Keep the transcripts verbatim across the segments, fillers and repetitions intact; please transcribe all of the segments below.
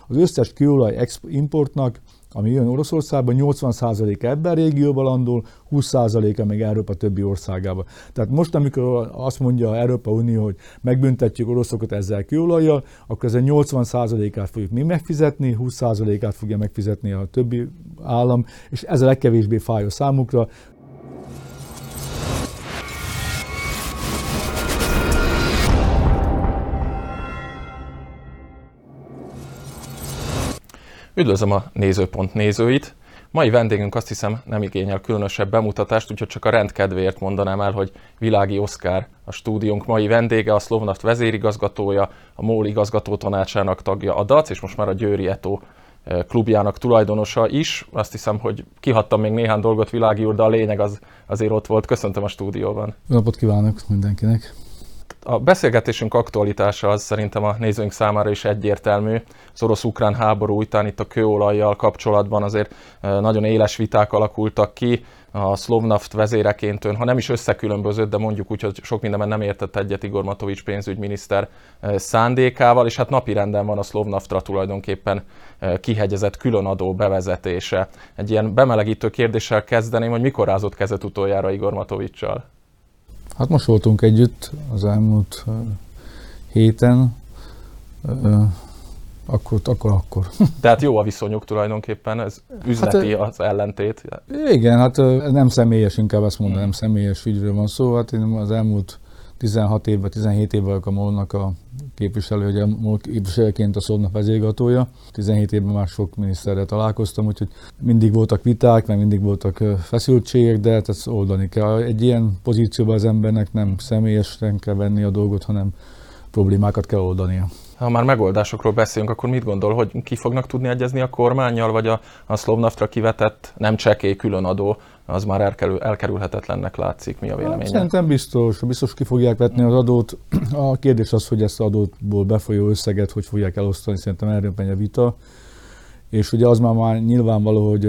az összes kőolaj importnak, ami jön Oroszországban, nyolcvan százaléka ebben a régióban landol, húsz százaléka meg Európa többi országában. Tehát most, amikor azt mondja az Európai Unió, hogy megbüntetjük oroszokat ezzel kőolajjal, akkor ezen nyolcvan százalékát fogjuk mi megfizetni, húsz százalékát fogja megfizetni a többi állam, és ez a legkevésbé fájó számukra. Üdvözlöm a Nézőpont nézőit! Mai vendégünk azt hiszem nem igényel különösebb bemutatást, úgyhogy csak a rend kedvéért mondanám el, hogy Világi Oszkár a stúdiónk mai vendége, a Slovnaft vezérigazgatója, a MOL igazgatótanácsának tagja, a dé á cé és most már a Győri Eto klubjának tulajdonosa is. Azt hiszem, hogy kihattam még néhány dolgot, Világi úr, de a lényeg az azért ott volt. Köszöntöm a stúdióban. Jó napot kívánok mindenkinek! A beszélgetésünk aktualitása az szerintem a nézőink számára is egyértelmű. Az orosz-ukrán háború után itt a kőolajjal kapcsolatban azért nagyon éles viták alakultak ki. A Slovnaft vezéreként ön, ha nem is összekülönbözött, de mondjuk úgy, hogy sok mindenben nem értett egyet Igor Matovics pénzügyminiszter szándékával, és hát napirenden van a Slovnaftra tulajdonképpen kihegyezett különadó bevezetése. Egy ilyen bemelegítő kérdéssel kezdeném, hogy mikor rázott kezet utoljára Igor Matovicssal? Hát most voltunk együtt az elmúlt uh, héten, uh, akkor, akkor, akkor. Tehát jó a viszonyuk tulajdonképpen, ez üzleti hát, az ellentét. Igen, hát uh, nem személyes, inkább azt mondom, nem személyes ügyről van szó. Hát én az elmúlt tizenhat évben, tizenhét évvel vagyok a MOL-nak a képviselő, ugye a MOL képviselőként a Slovnaft vezérigazgatója. tizenhét évben már sok miniszterrel találkoztam, úgyhogy mindig voltak viták, meg mindig voltak feszültségek, de hát ezt oldani kell. Egy ilyen pozícióban az embernek nem személyesen kell venni a dolgot, hanem problémákat kell oldania. Ha már megoldásokról beszélünk, akkor mit gondol, hogy ki fognak tudni egyezni a kormánnyal, vagy a, a Slovnaftra kivetett nem csekély különadó, az már elkerül, elkerülhetetlennek látszik, mi a véleménye? Szerintem biztos, biztos ki fogják vetni az adót. A kérdés az, hogy ezt az adótból befolyó összeget hogy fogják elosztani, szerintem erről megy a vita. És ugye az már, már nyilvánvaló, hogy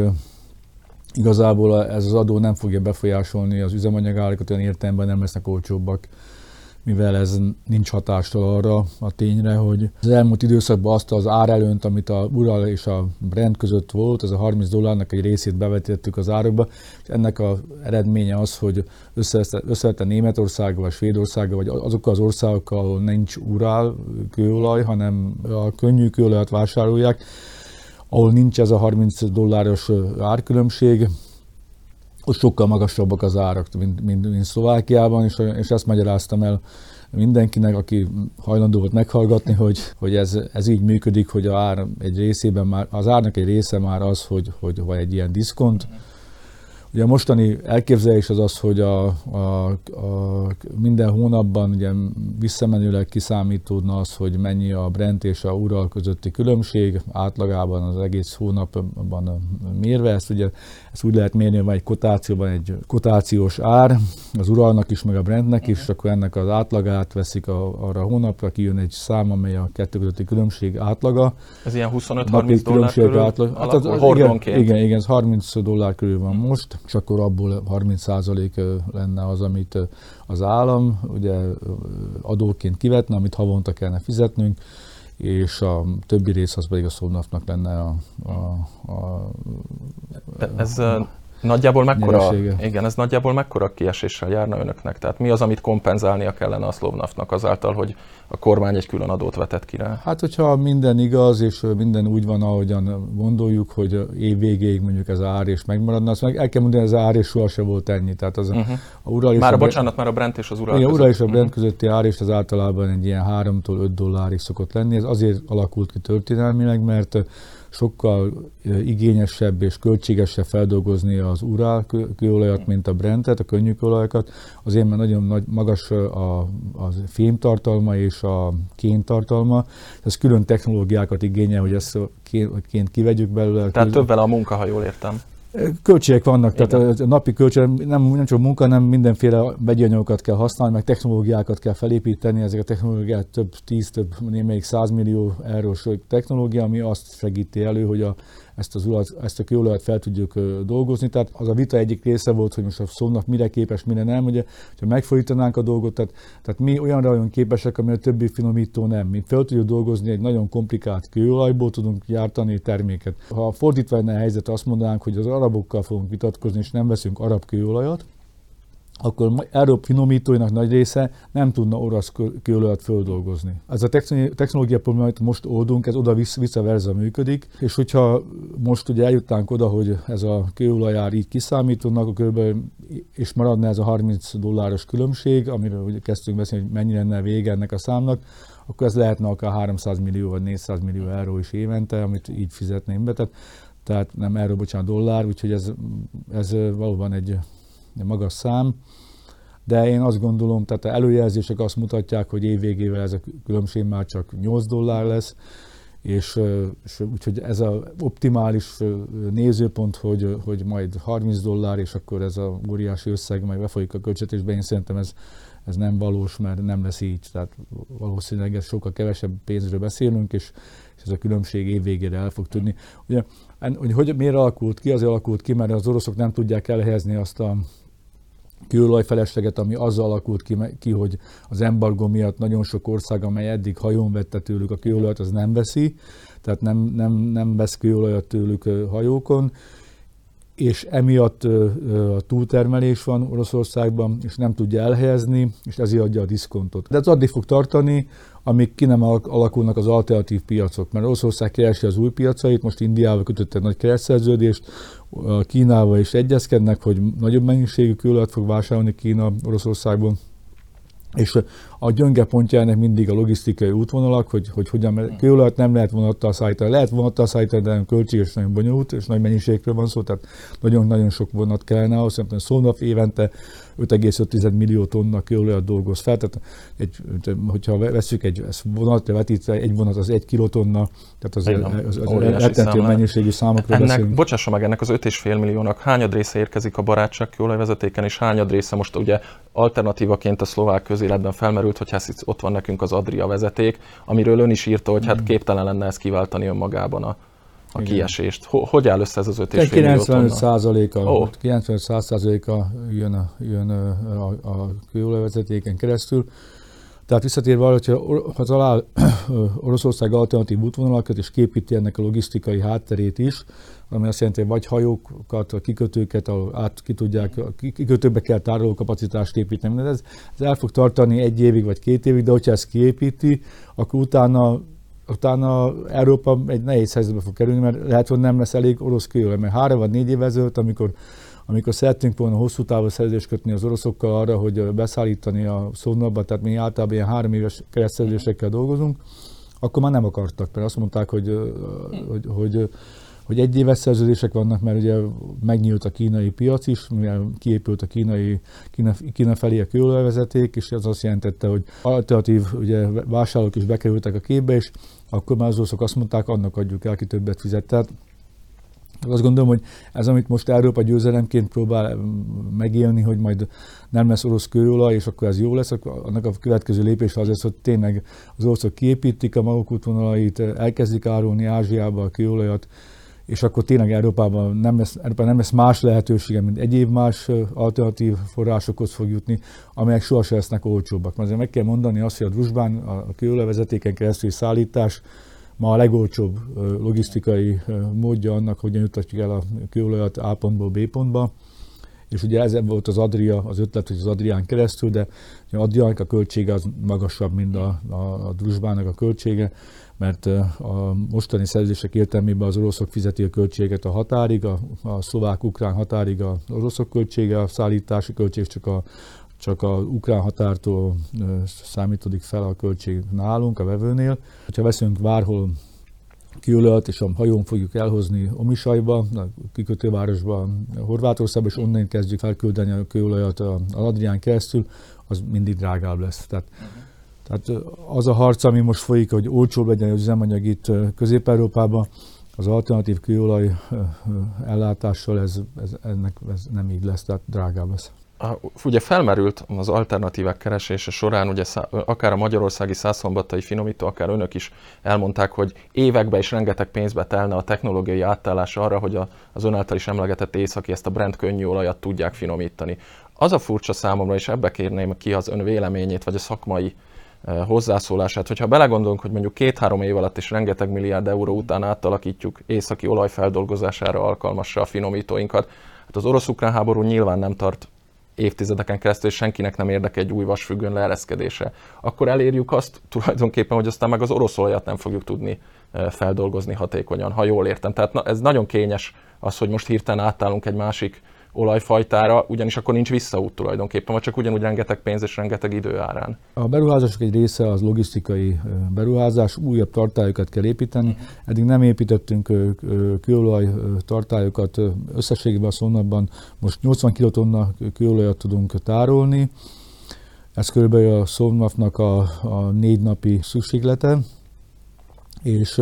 igazából ez az adó nem fogja befolyásolni az üzemanyagárakat, olyan értelemben nem lesznek olcsóbbak, mivel ez nincs hatással arra a tényre, hogy az elmúlt időszakban azt az árelőnyt, amit a Ural és a Brent között volt, ez a harminc dollárnak egy részét bevetettük az árakba, és ennek az eredménye az, hogy összevette Németországgal, vagy Svédországgal, vagy azokkal az országokkal, ahol nincs Ural kőolaj, hanem a könnyű kőolajat vásárolják, ahol nincs ez a harminc dolláros árkülönbség, ott sokkal magasabbak az árak, mint, mint, mint Szlovákiában, és, és ezt magyaráztam el mindenkinek, aki hajlandó volt meghallgatni, hogy, hogy ez, ez így működik, hogy a ár egy részében már, az árnak egy része már az, hogy, hogy van egy ilyen diszkont. Ugye a mostani elképzelés az az, hogy a, a, a minden hónapban ugye visszamenőleg kiszámítódna az, hogy mennyi a Brent és a Ural közötti különbség, átlagában az egész hónapban mérve. Ezt, ugye, ezt úgy lehet mérni, hogy van egy kotációban egy kotációs ár, az Uralnak is, meg a Brentnek is, akkor ennek az átlagát veszik a, arra a hónapra, kijön egy szám, amely a kettő közötti különbség átlaga. Ez ilyen huszonöt-harminc dollár körül átlag, hát az, az, igen, igen, igen, ez harminc dollár körül van most, és akkor abból harminc százalék lenne az, amit az állam ugye adóként kivetne, amit havonta kellene fizetnünk, és a többi rész az pedig a Slovnaftnak lenne a, a, a, ez a nagyjából mekkora, nyeresége. Igen, ez nagyjából mekkora kieséssel járna önöknek? Tehát mi az, amit kompenzálnia kellene a Slovnaftnak azáltal, hogy a kormány egy külön adót vetett ki rá? Hát, hogyha minden igaz, és minden úgy van, ahogyan gondoljuk, hogy év végéig mondjuk ez az ár és megmaradna, azt meg el kell mondani, hogy ez az ár és sohasem volt ennyi. Tehát az uh-huh. a Ural és már a, a bocsánat, már a Brent és az Ural között. között. Ural és a Brent uh-huh. közötti ár és az általában egy ilyen háromtól öt dollárig szokott lenni. Ez azért alakult ki történelmileg, mert sokkal igényesebb és költségesebb feldolgozni az Ural kőolajat, mint a Brentet, a könnyű kőolajakat. Azért, mert nagyon nagy, magas a, a fémtartalma és a kéntartalma. Ez külön technológiákat igényel, hogy ezt ként kivegyük belőle. Tehát több vele a munka, ha jól értem. Költségek vannak, igen. Tehát a napi költség, nem, nem csak munka, hanem mindenféle vegyi anyagokat kell használni, meg technológiákat kell felépíteni, ezek a technológiák több tíz, több némelyik száz millió eurós technológia, ami azt segíti elő, hogy a, ezt, az ulat, ezt a kőolajat fel tudjuk dolgozni. Tehát az a vita egyik része volt, hogy most a Szolnok mire képes, mire nem. Ugye, ha megfordítanánk a dolgot, tehát, tehát mi olyanra vagyunk képesek, amire a többi finomító nem. Mi fel tudjuk dolgozni egy nagyon komplikált kőolajból, tudunk gyártani terméket. Ha fordítva lenne a helyzet, azt mondanánk, hogy az arabokkal fogunk vitatkozni, és nem veszünk arab kőolajat, akkor Európa finomítóinak nagy része nem tudna orosz kőolajat földolgozni. Ez a technológia probléma, amit most oldunk, ez oda vissza-versa működik, és hogyha most ugye eljutnánk oda, hogy ez a kőolajár így kiszámítanak, akkor körülbelül, és maradna ez a harminc dolláros különbség, amiről ugye kezdtünk beszélni, hogy mennyi lenne vége ennek a számnak, akkor ez lehetne akár háromszáz millió vagy négyszáz millió euró is évente, amit így fizetném be, tehát, tehát nem euró, bocsánat, dollár, úgyhogy ez, ez valóban egy magas szám, de én azt gondolom, tehát az előjelzések azt mutatják, hogy év végével ez a különbség már csak nyolc dollár lesz, és, és úgyhogy ez az optimális nézőpont, hogy, hogy majd harminc dollár, és akkor ez a óriási összeg majd befolyik a költségvetésbe, én szerintem ez, ez nem valós, mert nem lesz így, tehát valószínűleg ez sokkal kevesebb pénzről beszélünk, és, és ez a különbség év végére el fog tudni. Ugye, hogy, hogy miért alakult ki? Azért alakult ki, mert az oroszok nem tudják elhelyezni azt a kőolajfelesleget, ami azzal alakult ki, ki, hogy az embargó miatt nagyon sok ország, amely eddig hajón vette tőlük a kőolajat, az nem veszi, tehát nem, nem, nem vesz kőolajat tőlük hajókon, és emiatt a túltermelés van Oroszországban, és nem tudja elhelyezni, és ezért adja a diszkontot. De ez addig fog tartani, amíg ki nem alakulnak az alternatív piacok, mert Oroszország keresi az új piacait, most Indiával kötött egy nagy keretszerződést, Kínával is egyezkednek, hogy nagyobb mennyiségű kőolajat fog vásárolni Kína Oroszországban, és a gyönge pontja ennek mindig a logisztikai útvonalak, hogy, hogy hogyan kőolajat nem lehet vonattal szállítani. Lehet vonattal szállítani, de nagyon költséges, nagyon bonyolult, és nagy mennyiségről van szó, tehát nagyon-nagyon sok vonat kellene ahhoz. Szerintem Szolnok évente öt egész öt millió tonna kőolajat dolgoz fel, tehát egy, hogyha veszük egy vonatra vetítve, egy vonat az egy kilotonna, tehát az, az, az rettentő mennyiségű számokról ennek, beszélünk. Bocsássa meg, ennek az öt és fél milliónak hányad része érkezik a barátság kőolajvezetéken, és hányad része most ugye alternatívaként a szlovák közéletben felmerült, hogy hát ott van nekünk az Adria vezeték, amiről ön is írta, hogy hát képtelen lenne ezt kiváltani önmagában a, a kiesést. Hogy áll össze ez az öt és fél millió tonna? kilencvenöt százaléka, oh. kilencvenöt százaléka jön a, jön a, a kőolajvezetéken keresztül. Tehát visszatérve arra, hogyha talál Oroszország alternatív útvonalakat és képíti ennek a logisztikai hátterét is, ami azt jelenti, hogy vagy hajókat, a kikötőket, ahol át ki tudják, a kikötőbe kell tároló kapacitást építeni. Ez, ez el fog tartani egy évig vagy két évig, de hogyha ezt kiépíti, akkor utána, utána Európa egy nehéz helyzetbe fog kerülni, mert lehet, hogy nem lesz elég orosz kőolaj. Mert három vagy négy évvel ezelőtt, amikor Amikor szerettünk volna hosszú távú szerződést kötni az oroszokkal arra, hogy beszállítani a Szolnokba, tehát mi általában ilyen három éves keretszerződésekkel dolgozunk, akkor már nem akartak, mert azt mondták, hogy, hogy, hogy, hogy egy éves szerződések vannak, mert ugye megnyílt a kínai piac is, mivel kiépült a kínai, Kína, Kína felé a kőolajvezeték, és ez azt jelentette, hogy alternatív ugye, vásárlók is bekerültek a képbe, és akkor már az oroszok azt mondták, annak adjuk el, ki többet fizet. Tehát azt gondolom, hogy ez, amit most Európa győzelemként próbál megélni, hogy majd nem lesz orosz kőolaj, és akkor ez jó lesz, akkor annak a következő lépés az lesz, hogy tényleg az oroszok kiépítik a maguk útvonalait, elkezdik árulni Ázsiába a kőolajat, és akkor tényleg Európában nem lesz, Európában nem lesz más lehetősége, mint egyéb más alternatív forrásokhoz fog jutni, amelyek sohasem lesznek olcsóbbak. Azért meg kell mondani azt, hogy a Druzsbán, a kőolajvezetéken keresztül szállítás ma a legolcsóbb logisztikai módja annak, hogyan jutatjuk el a kőolajat A pontból B pontba. És ugye ez volt az Adria, az ötlet, hogy az Adrián keresztül, de az Adriának a költsége az magasabb, mint a, a, a Druzsbának a költsége, mert a mostani szerződések értelmében az oroszok fizeti a költséget a határig, a, a szlovák-ukrán határig az oroszok költsége, a szállítási költség csak a csak az ukrán határtól számítódik fel a költség nálunk, a vevőnél. Ha veszünk bárhol kőolajat, és a hajón fogjuk elhozni Omisajba, a kikötővárosba, Horvátországba, és onnan kezdjük felküldeni a kőolajat az Adrián keresztül, az mindig drágább lesz. Tehát, uh-huh. tehát az a harc, ami most folyik, hogy olcsóbb legyen az üzemanyag itt Közép-Európában, az alternatív kőolaj ellátással ez, ez, ennek, ez nem így lesz, tehát drágább lesz. Ugye felmerült az alternatívák keresése során, ugye akár a magyarországi százszombattai finomító, akár önök is elmondták, hogy évekbe és rengeteg pénzbe telne a technológiai átállás arra, hogy az ön által is emlegetett északi, ezt a Brent könnyű olajat tudják finomítani. Az a furcsa számomra, és ebbe kérném ki az ön véleményét, vagy a szakmai hozzászólását, hogyha belegondolunk, hogy mondjuk két-három év alatt és rengeteg milliárd euró után átalakítjuk északi olajfeldolgozására alkalmassá a finomítóinkat, hát az orosz-ukrán háború nyilván nem tart évtizedeken keresztül, és senkinek nem érdeke egy új vasfüggöny leereszkedése, akkor elérjük azt tulajdonképpen, hogy aztán meg az orosz olajat nem fogjuk tudni feldolgozni hatékonyan, ha jól értem. Tehát na, ez nagyon kényes az, hogy most hirtelen átállunk egy másik olajfajtára, ugyanis akkor nincs visszaút tulajdonképpen, vagy csak ugyanúgy rengeteg pénz és rengeteg idő árán. A beruházások egy része az logisztikai beruházás, újabb tartályokat kell építeni. Eddig nem építettünk kőolaj tartályokat, összességében a Szolnokban most nyolcvan kilotonna kőolajat tudunk tárolni. Ez körülbelül a Szolnoknak a, a négy napi szükséglete, és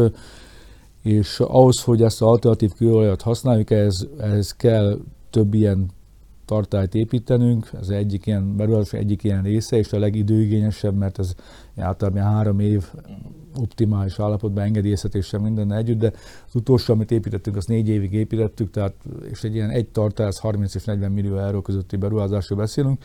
és ahhoz, hogy ezt az alternatív kőolajat használjuk, ez, ez kell több ilyen tartályt építenünk, ez egyik ilyen beruházás, egyik ilyen része, és a legidőigényesebb, mert ez általában három év optimális állapotban engedélyeztetéssel minden együtt, de az utolsó, amit építettünk, azt négy évig építettük, tehát, és egy ilyen egy tartály, az harminc és negyven millió euró közötti beruházásról beszélünk.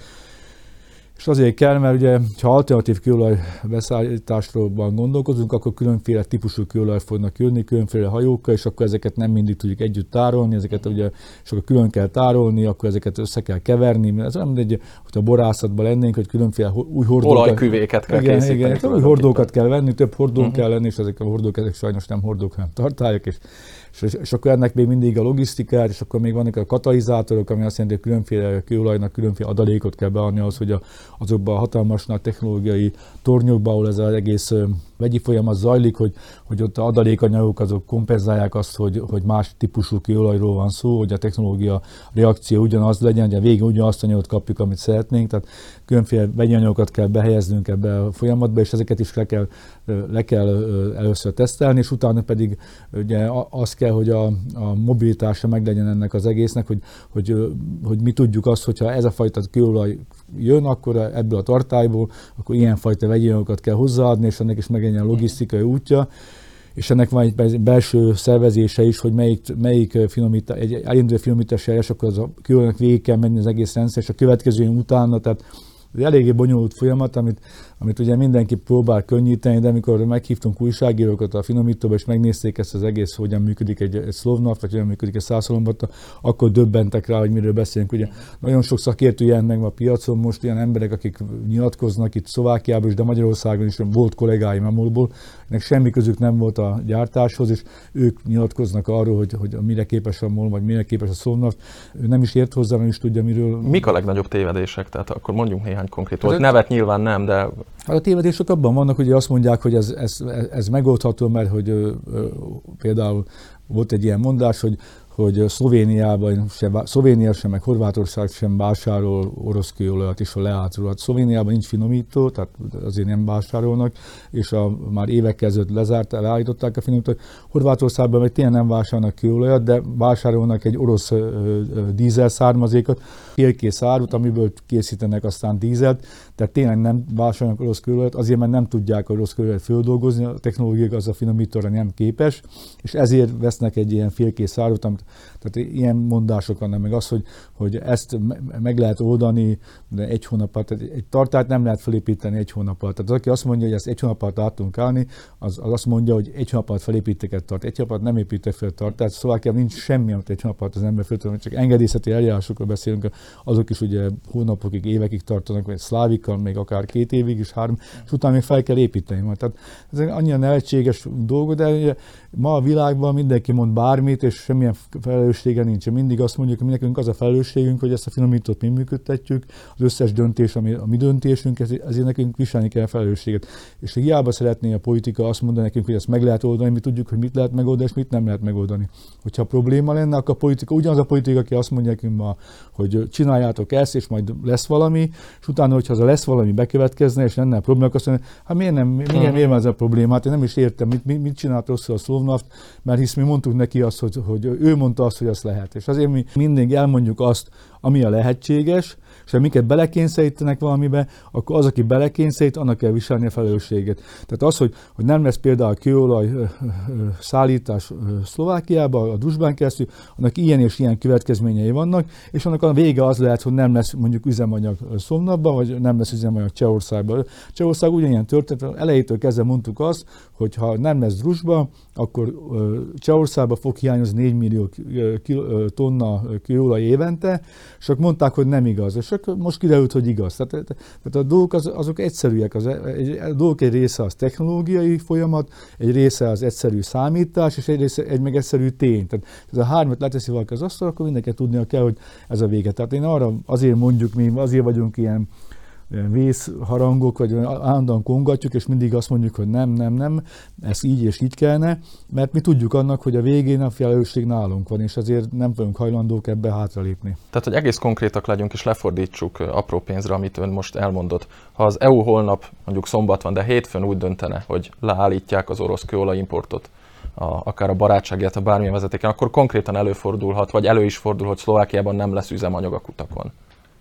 És azért kell, mert ugye, ha alternatív kőolaj beszállításról gondolkozunk, akkor különféle típusú kőolaj fognak jönni, különféle hajókkal, és akkor ezeket nem mindig tudjuk együtt tárolni, ezeket ugye, és akkor külön kell tárolni, akkor ezeket össze kell keverni. Ez nem mindegy, hogy a borászatban lennénk, hogy különféle új hordókat... Olajküvéket kell igen, készíteni. Igen, új hordókat kell venni, több hordón uh-huh. kell lenni, és ezek a hordók ezek sajnos nem hordók, hanem tartályok, és És, és akkor ennek még mindig a logisztikát, és akkor még vannak a katalizátorok, ami azt jelenti, hogy különféle kőolajnak különféle adalékot kell beadni ahhoz, hogy a, azokban a hatalmas nagy technológiai tornyokban, ahol ez az egész vegyi folyamat zajlik, hogy, hogy ott a adalékanyagok azok kompenzálják azt, hogy, hogy más típusú kőolajról van szó, hogy a technológia reakció ugyanaz legyen, hogy a végén ugyanazt a anyagot kapjuk, amit szeretnénk, tehát különféle vegyi anyagokat kell behelyeznünk ebbe a folyamatba, és ezeket is le kell, le kell először tesztelni, és utána pedig ugye az kell, hogy a, a mobilitása meglegyen ennek az egésznek, hogy, hogy, hogy mi tudjuk azt, hogyha ez a fajta kőolaj jön, akkor ebből a tartályból, akkor ilyenfajta vegyi anyagokat kell hozzáadni, és ennek is meglegyen a logisztikai útja, és ennek van egy belső szervezése is, hogy melyik, melyik finomítás, egy elinduló finomítási eljárás, akkor az a kőolajnak végig kell menni az egész rendszer, és a következő utána, tehát ez eléggé bonyolult folyamat, amit, amit ugye mindenki próbál könnyíteni, de amikor meghívtunk újságírókat a finomítóba, és megnézték ezt az egész, hogyan működik egy, egy Szlovnaft, vagy hogyan működik egy Szászolombatta, akkor döbbentek rá, hogy miről beszélünk. Ugye nagyon sok szakértő jelent meg a piacon, most ilyen emberek, akik nyilatkoznak itt Szlovákiában is, de Magyarországon is volt kollégáim Amolból, ennek semmi közük nem volt a gyártáshoz, és ők nyilatkoznak arról, hogy, hogy mire képes a MOL, vagy mire képes a Szlovnaft. Ő nem is ért hozzá, nem is tudja, miről. Mik a legnagyobb tévedések? Tehát akkor mondjunk néhány konkrét volt. Nevet nyilván nem, de... Hát a tévedések abban vannak, hogy azt mondják, hogy ez, ez, ez megoldható, mert hogy ö, ö, például volt egy ilyen mondás, hogy hogy Szlovéniában sem, Szlovénia sem, meg Horvátország sem vásárol orosz kőolajat és a leállítólat. Szlovéniában nincs finomító, tehát azért nem vásárolnak, és a, már évekkel ezelőtt lezárt, leállították a finomítót. Horvátországban meg tényleg nem vásárolnak kőolajat, de vásárolnak egy orosz ö, ö, dízel származékot, félkész árut, amiből készítenek aztán dízelt, tehát tényleg nem vásárolnak orosz kőolajat, azért mert nem tudják a orosz kőolajat földolgozni, a technológia az a finomítóra nem képes, és ezért vesznek egy ilyen félkész árut, amit tehát ilyen mondások vannak, meg az, hogy, hogy ezt meg lehet oldani, de egy hónap alatt, egy tartályt nem lehet felépíteni egy hónap alatt. Tehát az, aki azt mondja, hogy ezt egy hónap alatt át tudunk állni, az, az azt mondja, hogy egy hónap alatt felépítik egy tartályt. Egy hónap alatt nem építek fel tartályt. Szlovákiában nincs semmi, amit egy hónap alatt az ember fel tud, csak engedélyezeti eljárásokról beszélünk, azok is ugye hónapokig, évekig tartanak, vagy szlávikkal, még akár két évig is, három, és utána még fel kell építeni majd. Tehát ez annyira nevetséges dolog, de ugye ma a világban mindenki mond bármit, és semmilyen felelőssége nincs. Mindig azt mondjuk, hogy nekünk az a felelősségünk, hogy ezt a finomítót mi működtetjük, az összes döntés, ami a mi döntésünk, ezért nekünk viselni kell a felelősséget. És hiába szeretné a politika azt mondani nekünk, hogy ezt meg lehet oldani, mi tudjuk, hogy mit lehet megoldani, és mit nem lehet megoldani. Hogyha probléma lenne, akkor a politika, ugyanaz a politika, aki azt mondja nekünk ma, hogy csináljátok ezt, és majd lesz valami, és utána, hogyha az a lesz valami bekövetkezne, és lenne probléma, azt mondja, hát miért nem, miért, miért van ez a probléma? Hát én nem is értem, mit, mit, mit csinált rosszul a Szlovnaft, mert hisz mi mondtuk neki azt, hogy, hogy ő mondta azt, hogy azt lehet. És azért mi mindig elmondjuk azt ami a lehetséges, és ha minket belekényszerítenek valamibe, akkor az, aki belekényszerít, annak kell viselni a felelősséget. Tehát az, hogy, hogy nem lesz például kőolaj szállítás Szlovákiába, a Druzsbán keresztül, annak ilyen és ilyen következményei vannak, és annak a vége az lehet, hogy nem lesz mondjuk üzemanyag Szomnapban, vagy nem lesz üzemanyag Csehországban. Csehország ugyanilyen történet, elejétől kezdve mondtuk azt, hogy ha nem lesz Druzsba, akkor Csehországban fog hiányozni négy millió tonna kőolaj évente, és akkor mondták, hogy nem igaz. És akkor most kiderült, hogy igaz. Tehát, tehát a dolgok az, azok egyszerűek. Az, egy, a dolgok egy része az technológiai folyamat, egy része az egyszerű számítás, és egy része egy meg egyszerű tény. Tehát ez a hármat leteszi valaki az asztal, akkor mindenki tudnia kell, hogy ez a vége. Tehát én arra azért mondjuk, mi azért vagyunk ilyen vészharangok, vagy állandóan kongatjuk, és mindig azt mondjuk, hogy nem, nem, nem, ez így és így kellene, mert mi tudjuk annak, hogy a végén a felelősség nálunk van, és azért nem vagyunk hajlandók ebbe hátralépni. Tehát, hogy egész konkrétak legyünk, és lefordítsuk apró pénzre, amit ön most elmondott. Ha az é u holnap, mondjuk szombat van, de hétfőn úgy döntene, hogy leállítják az orosz kőolajimportot, a, akár a barátságját, a bármilyen vezetéken, akkor konkrétan előfordulhat, vagy elő is fordul, hogy Szlovákiában nem lesz üzemanyag a kutakon.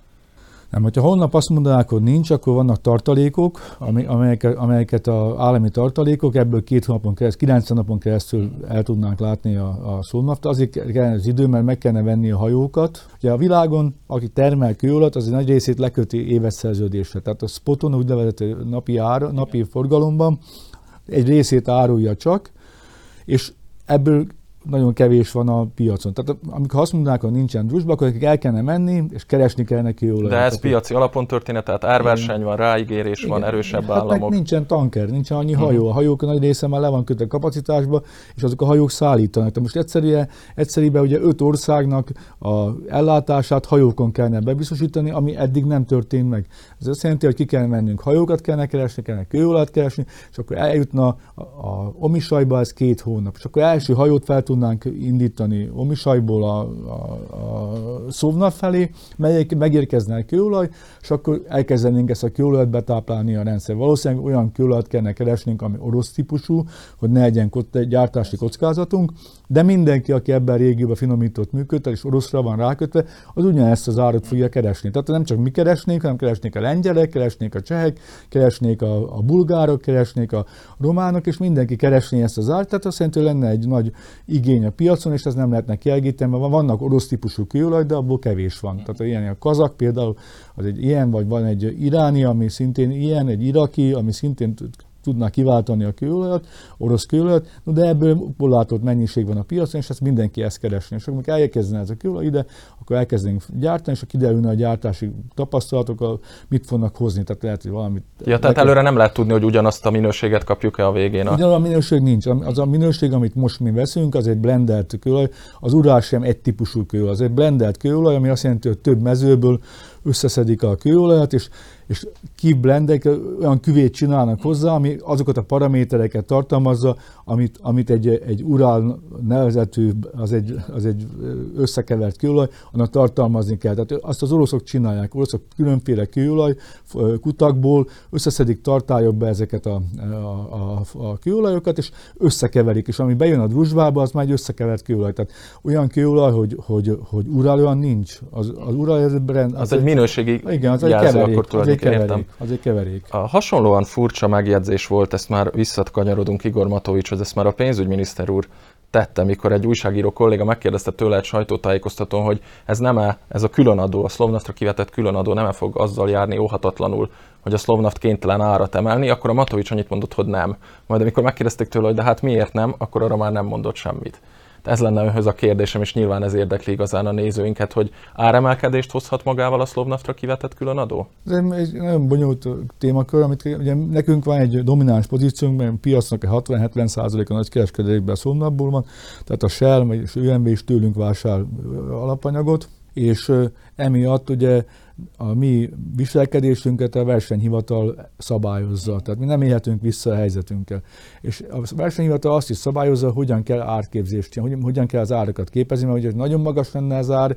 Nem, hogyha holnap azt mondanák, hogy nincs, akkor vannak tartalékok, amelyeket, amelyeket az állami tartalékok, ebből két hónapon keresztül, kilencven napon keresztül el tudnánk látni a, a Szolnafta. Azért kellene az idő, mert meg kellene venni a hajókat. Ugye a világon, aki termel kőolajat, az egy nagy részét leköti éves szerződésre. Tehát a spoton, úgynevezett napi, ára, napi forgalomban egy részét árulja csak, és ebből nagyon kevés van a piacon. Tehát amikor azt mondanák, hogy nincsen Druzsba, akkor el kellene menni, és keresni kellene kőolajat. De ez tehát piaci alapon történet, tehát árverseny van, ráígérés igen. van, erősebb hát államok. Nincsen tanker, nincsen annyi hajó. A hajók nagy része már le van kötve kapacitásba, és azok a hajók szállítanak. Tehát most egyszerűen, egyszerűen ugye öt országnak a ellátását hajókon kellene bebiztosítani, ami eddig nem történt meg. Ez azt jelenti, hogy ki kellene mennünk, hajókat kellene keresni, kellene kőolajat keresni, és akkor eljutna a, a Omisajba, ez két hónap. És akkor első hajót fel tudnánk indítani Omisajból a, a, a Szovnap felé, melyek megérkezne a kőolaj, és akkor elkezdenénk ezt a kőolajat betáplálni a rendszer. Valószínűleg olyan kőolajat kellene keresnünk, ami orosz típusú, hogy ne legyen gyártási kockázatunk, de mindenki, aki ebben a régióban finomított működtet, és oroszra van rákötve, az ugyanezt az árat fogja keresni. Tehát nem csak mi keresnénk, hanem keresnék a lengyelek, keresnék a csehek, keresnék a, a bulgárok, keresnék a románok, és mindenki keresné ezt az árat. Tehát azt jelenti, hogy lenne egy nagy igény a piacon, és ez nem lehetne kielégíteni, mert vannak orosz típusú kőolaj, de abból kevés van. Tehát ilyen a kazak például, az egy ilyen, vagy van egy iráni, ami szintén ilyen, egy iraki, ami szintén tudná kiváltani a kőolajat, orosz kőolajat, de ebből korlátolt mennyiség van a piacon, és ezt mindenki ezt keresni. És amikor elkezdene ez a kőolaj ide, akkor elkezdenénk gyártani, és akkor kiderülne a gyártási tapasztalatok, mit fognak hozni. Tehát lehet, hogy valamit... Ja, tehát előre nem lehet tudni, hogy ugyanazt a minőséget kapjuk-e a végén. A... Ugyan a minőség nincs. Az a minőség, amit most mi veszünk, az egy blendelt kőolaj. Az Urál sem egy típusú kőolaj. Az egy blendelt kőolaj, ami azt jelenti, hogy több mezőből összeszedik a kőolajat, és, és kiblendek, olyan küvét csinálnak hozzá, ami azokat a paramétereket tartalmazza, amit, amit egy, egy Urál nevezetű, az egy, az egy összekevert kőolaj, annak tartalmazni kell. Tehát azt az oroszok csinálják. Oroszok különféle kőolaj kutakból összeszedik tartályokba ezeket a, a, a, a kőolajokat, és összekeverik. És ami bejön a Druzsbába, az már egy összekevert kőolaj. Tehát olyan kőolaj, hogy, hogy, hogy Urál olyan nincs. Az, az Urál ez brand, az, az egy minőségi igen, az jelző, egy keverék, akkor tulajdonképpen értem. Az egy keverék. A hasonlóan furcsa megjegyzés volt, ezt már visszakanyarodunk Igor Matovicshoz, ezt már a pénzügyminiszter úr tette, mikor egy újságíró kolléga megkérdezte tőle egy sajtótájékoztatón, hogy ez nem-e, ez a különadó, a Szlovnaftra kivetett különadó nem-e fog azzal járni óhatatlanul, hogy a Szlovnaft kénytelen árat emelni, akkor a Matovics annyit mondott, hogy nem. Majd amikor megkérdezték tőle, hogy de hát miért nem, akkor arra már nem mondott semmit. Ez lenne önhöz a kérdésem, és nyilván ez érdekli igazán a nézőinket, hogy áremelkedést hozhat magával a Szlovnaftra kivetett különadó? Ez egy nagyon bonyolult témakör, amit ugye nekünk van egy domináns pozíciónk, mert a piacnak a hatvan-hetven százaléka nagy kereskedelékben a Szlovnafból van, tehát a Shell és ö em vé is tőlünk vásárol alapanyagot, és emiatt ugye a mi viselkedésünket a versenyhivatal szabályozza. Tehát mi nem élhetünk vissza a helyzetünkkel. És a versenyhivatal azt is szabályozza, hogyan kell árképzést csinálni, hogyan kell az árakat képezni, mert ugye nagyon magas lenne az ár,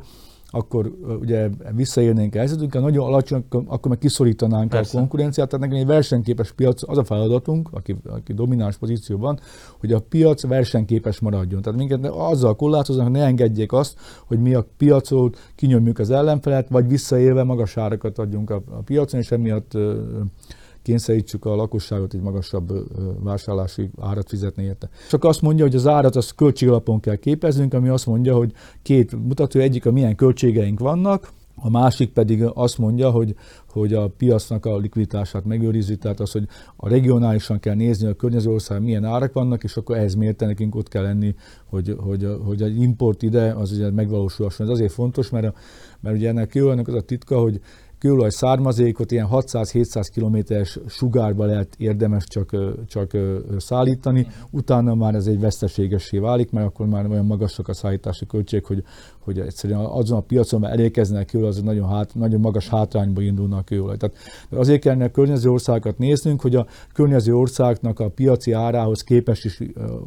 akkor ugye visszaérnénk a helyzetünkkel, nagyon alacsony, akkor meg kiszorítanánk Persze. a konkurenciát, tehát nekünk egy versenyképes piac, az a feladatunk, aki, aki domináns pozícióban, hogy a piac versenyképes maradjon. Tehát minket azzal korlátoznak, hogy ne engedjék azt, hogy mi a piacot kinyomjuk az ellenfelet, vagy visszaélve magas árakat adjunk a, a piacon, és emiatt kényszerítsük a lakosságot egy magasabb vásárlási árat fizetni érte. Csak azt mondja, hogy az árat az költségalapon kell képeznünk, ami azt mondja, hogy két mutató, egyik a milyen költségeink vannak, a másik pedig azt mondja, hogy, hogy a piacnak a likviditását megőrizzük, tehát az, hogy a regionálisan kell nézni, a környező ország milyen árak vannak, és akkor ehhez mérten nekünk ott kell lenni, hogy, hogy, hogy egy import ide az ugye megvalósulhasson. Ez azért fontos, mert, a, mert ugye ennek kőolajnak az a titka, hogy kőolaj származékot ilyen hatszáz-hétszáz kilométeres sugárba lehet érdemes csak, csak szállítani, utána már ez egy veszteségessé válik, mert akkor már olyan magasak a szállítási költség, hogy, hogy egyszerűen azon a piacon elérkeznek kőolaj, az nagyon, hát, nagyon magas hátrányba indulna a kőolaj. Tehát azért kellene a környező országokat néznünk, hogy a környező országnak a piaci árához képest is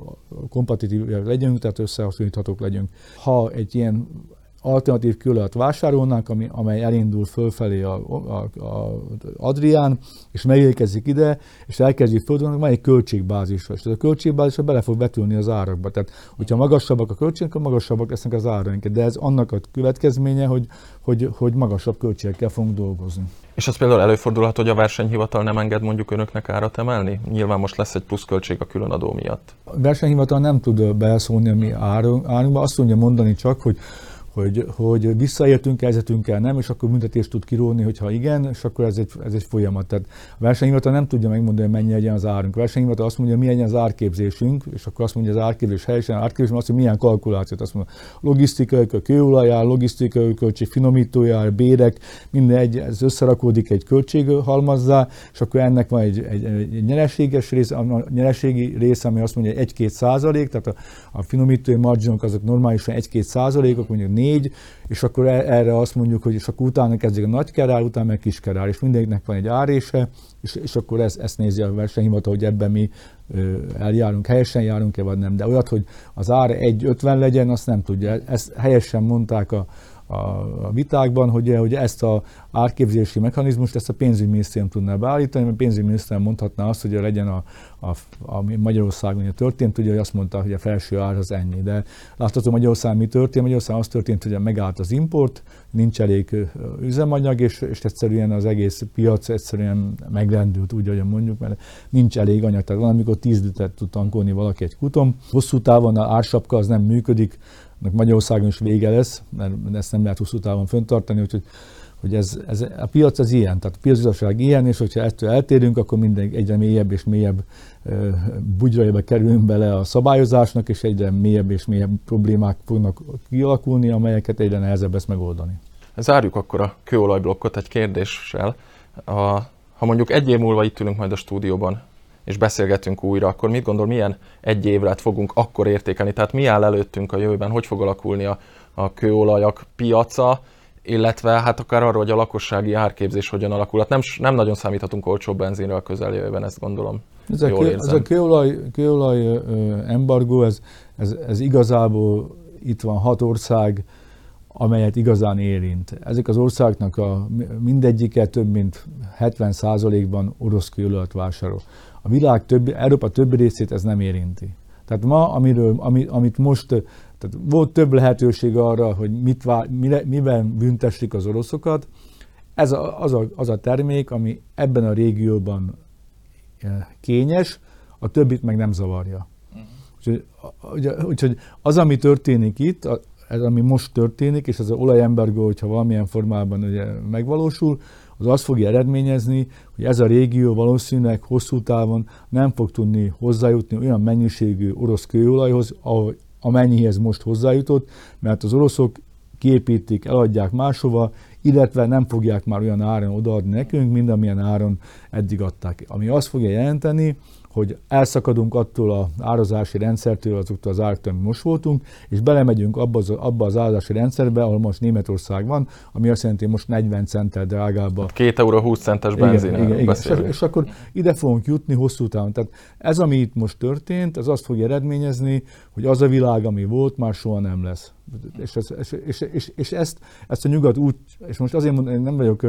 kompetitív legyünk, tehát összehasonlíthatók legyünk. Ha egy ilyen alternatív kőolajat vásárolnánk, ami, amely elindul fölfelé a, a, a Adrián, és megérkezik ide, és elkezdi földönni, van egy költségbázis, és ez a költségbázisra bele fog vetülni az árakba. Tehát, hogyha magasabbak a költségek, akkor magasabbak lesznek az áraink. De ez annak a következménye, hogy, hogy, hogy magasabb költségekkel fogunk dolgozni. És az például előfordulhat, hogy a versenyhivatal nem enged mondjuk önöknek árat emelni? Nyilván most lesz egy pluszköltség a különadó miatt. A versenyhivatal nem tud beleszólni a mi árunkba, azt tudja mondani csak, hogy Hogy, hogy visszaértünk helyzetünkkel, nem, és akkor büntetést tud kiróni, hogyha igen, és akkor ez egy, ez egy folyamat. Tehát a versenyhivatal nem tudja megmondani, hogy mennyi legyen az árunk. A versenyhivatal azt mondja, mi legyen az árképzésünk, és akkor azt mondja, az árképzés helyesen, árképzés azt, hogy milyen kalkulációt, azt mondja, logisztikai, a kőolajár, logisztikai költség, finomítójár, bérek, minden egy, ez összerakódik egy költséghalmazzá, és akkor ennek van egy, egy, egy nyereséges rész, a nyereségi rész, ami azt mondja, egy-két százalék, tehát a, a finomítói marginok azok normálisan egy-két százalékok, mondjuk négy, és akkor erre azt mondjuk, hogy és akkor utána kezdjük a nagy kerár, utána meg kis kerár, és mindegyiknek van egy árése, és, és akkor ezt, ezt nézi a versenyhivatal, hogy ebben mi ö, eljárunk, helyesen járunk-e, vagy nem. De olyat, hogy az ár egy ötven legyen, azt nem tudja. Ezt helyesen mondták a, a, a vitákban, hogy, hogy ezt az árképzési mechanizmust, ezt a pénzügyminisztérium tudná beállítani, mert a pénzügyminisztérium mondhatná azt, hogy legyen a, a, a Magyarországon történt, ugye azt mondta, hogy a felső ár az ennyi. De látható Magyarországon mi történt? Magyarországon az történt, hogy megállt az import, nincs elég üzemanyag, és, és egyszerűen az egész piac egyszerűen megrendült, úgy, ahogy mondjuk, mert nincs elég anyag. Tehát van, amikor tíz litert tud tankolni valaki egy kuton. Hosszú távon az ársapka az nem működik, Magyarországon is vége lesz, mert ezt nem lehet hosszú távon fenntartani, úgyhogy hogy ez, ez, a piac az ilyen, tehát a piacgazdaság ilyen, és hogyha ettől eltérünk, akkor minden egyre mélyebb és mélyebb uh, bugyraiba kerülünk bele a szabályozásnak, és egyre mélyebb és mélyebb problémák fognak kialakulni, amelyeket egyre nehezebb ezt megoldani. Zárjuk akkor a kőolajblokkot egy kérdéssel. A, ha mondjuk egy év múlva itt ülünk majd a stúdióban, és beszélgetünk újra, akkor mit gondol, milyen egy évret fogunk akkor értékelni? Tehát mi áll előttünk a jövőben, hogy fog alakulni a, a kőolajak piaca, illetve hát akár arról, hogy a lakossági árképzés hogyan alakulhat. Nem, nem nagyon számíthatunk olcsóbb benzinre a közeljövőben, ezt gondolom. Ez a, kő, ez a kőolaj, kőolaj embargó, ez, ez, ez igazából itt van hat ország, amelyet igazán érint. Ezek az országnak a mindegyike több mint hetven százalékban orosz kőolajat vásárol. A világ többi, Európa többi részét ez nem érinti. Tehát ma, amiről, ami, amit most, tehát volt több lehetőség arra, hogy mit vár, miben büntessék az oroszokat. Ez a, az, a, az a termék, ami ebben a régióban kényes, a többit meg nem zavarja. Uh-huh. Úgyhogy, úgyhogy az, ami történik itt, ez, ami most történik, és ez az olajembargó, hogyha valamilyen formában ugye megvalósul, az azt fogja eredményezni, hogy ez a régió valószínűleg hosszú távon nem fog tudni hozzájutni olyan mennyiségű orosz kőolajhoz, amennyihez most hozzájutott, mert az oroszok kiépítik, eladják máshova, illetve nem fogják már olyan áron odaadni nekünk, mint amilyen áron eddig adták. Ami azt fogja jelenteni, hogy elszakadunk attól az árazási rendszertől, azoktól az áraktól, amit most voltunk, és belemegyünk abba az, abba az árazási rendszerbe, ahol most Németország van, ami azt jelenti, hogy most negyven centtel drágább a... két euró húsz centes benzin. És, és akkor ide fogunk jutni hosszú távon. Tehát ez, ami itt most történt, ez azt fogja eredményezni, hogy az a világ, ami volt, már soha nem lesz. És, ez, és, és, és, és ezt, ezt a nyugat úgy, és most azért mondom, én nem vagyok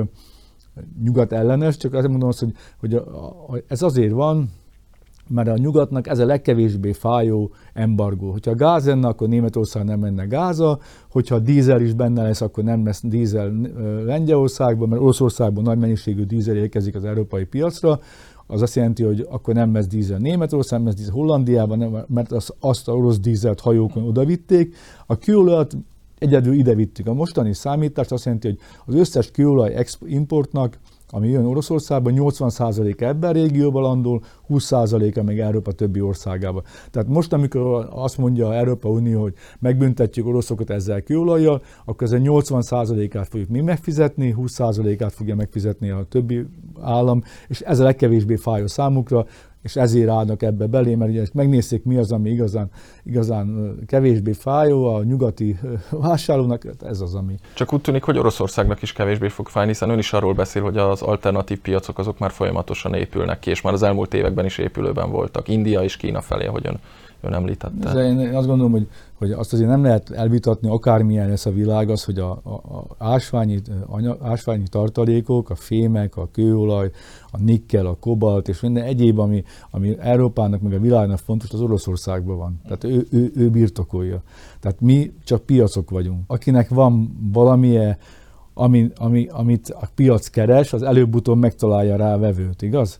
nyugat ellenes, csak azért mondom azt, hogy, hogy a, a, ez azért van, mert a nyugatnak ez a legkevésbé fájó embargó. Hogyha a gáz lenne, akkor Németország nem menne gáza, hogyha a dízel is benne lesz, akkor nem lesz dízel Lengyelországban, mert Oroszországban nagy mennyiségű dízel érkezik az európai piacra, az azt jelenti, hogy akkor nem lesz dízel Németország, nem lesz dízel Hollandiában, nem, mert azt, azt a orosz dízelt hajókon odavitték. A kőolajat egyedül ide vittük. A mostani számítás azt jelenti, hogy az összes kőolaj importnak, ami jön Oroszországban, nyolcvan százaléka ebben a régióban landol, húsz százaléka meg Európa többi országában. Tehát most, amikor azt mondja az Európai Unió, hogy megbüntetjük oroszokat ezzel kőolajjal, akkor ezzel nyolcvan százalékát fogjuk mi megfizetni, húsz százalékát fogja megfizetni a többi állam, és ez a legkevésbé fájó számukra, és ezért állnak ebbe belé, mert ugye megnézték, mi az, ami igazán, igazán kevésbé fájó a nyugati vásárlónak, ez az, ami... Csak úgy tűnik, hogy Oroszországnak is kevésbé fog fájni, hiszen ön is arról beszél, hogy az alternatív piacok azok már folyamatosan épülnek ki, és már az elmúlt években is épülőben voltak. India és Kína felé, ahogy ön, ön említette. Ez én azt gondolom, hogy, hogy azt azért nem lehet elvitatni, akármilyen lesz a világ, az, hogy a, a, a ásványi, anya, ásványi tartalékok, a fémek, a kőolaj, a nikkel, a kobalt és minden egyéb, ami, ami Európának meg a világnak fontos, az Oroszországban van. Tehát ő, ő, ő birtokolja. Tehát mi csak piacok vagyunk. Akinek van valamilyen, ami, ami, amit a piac keres, az előbb-utóbb megtalálja rá a vevőt, igaz?